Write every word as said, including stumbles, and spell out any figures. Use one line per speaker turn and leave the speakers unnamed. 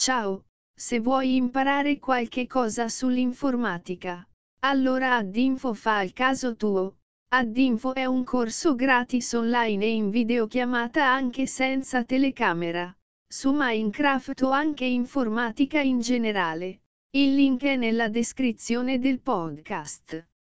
Ciao, se vuoi imparare qualche cosa sull'informatica, allora Addinfo fa il caso tuo. Addinfo è un corso gratis online e in videochiamata anche senza telecamera, su Minecraft o anche informatica in generale. Il link è nella descrizione del podcast.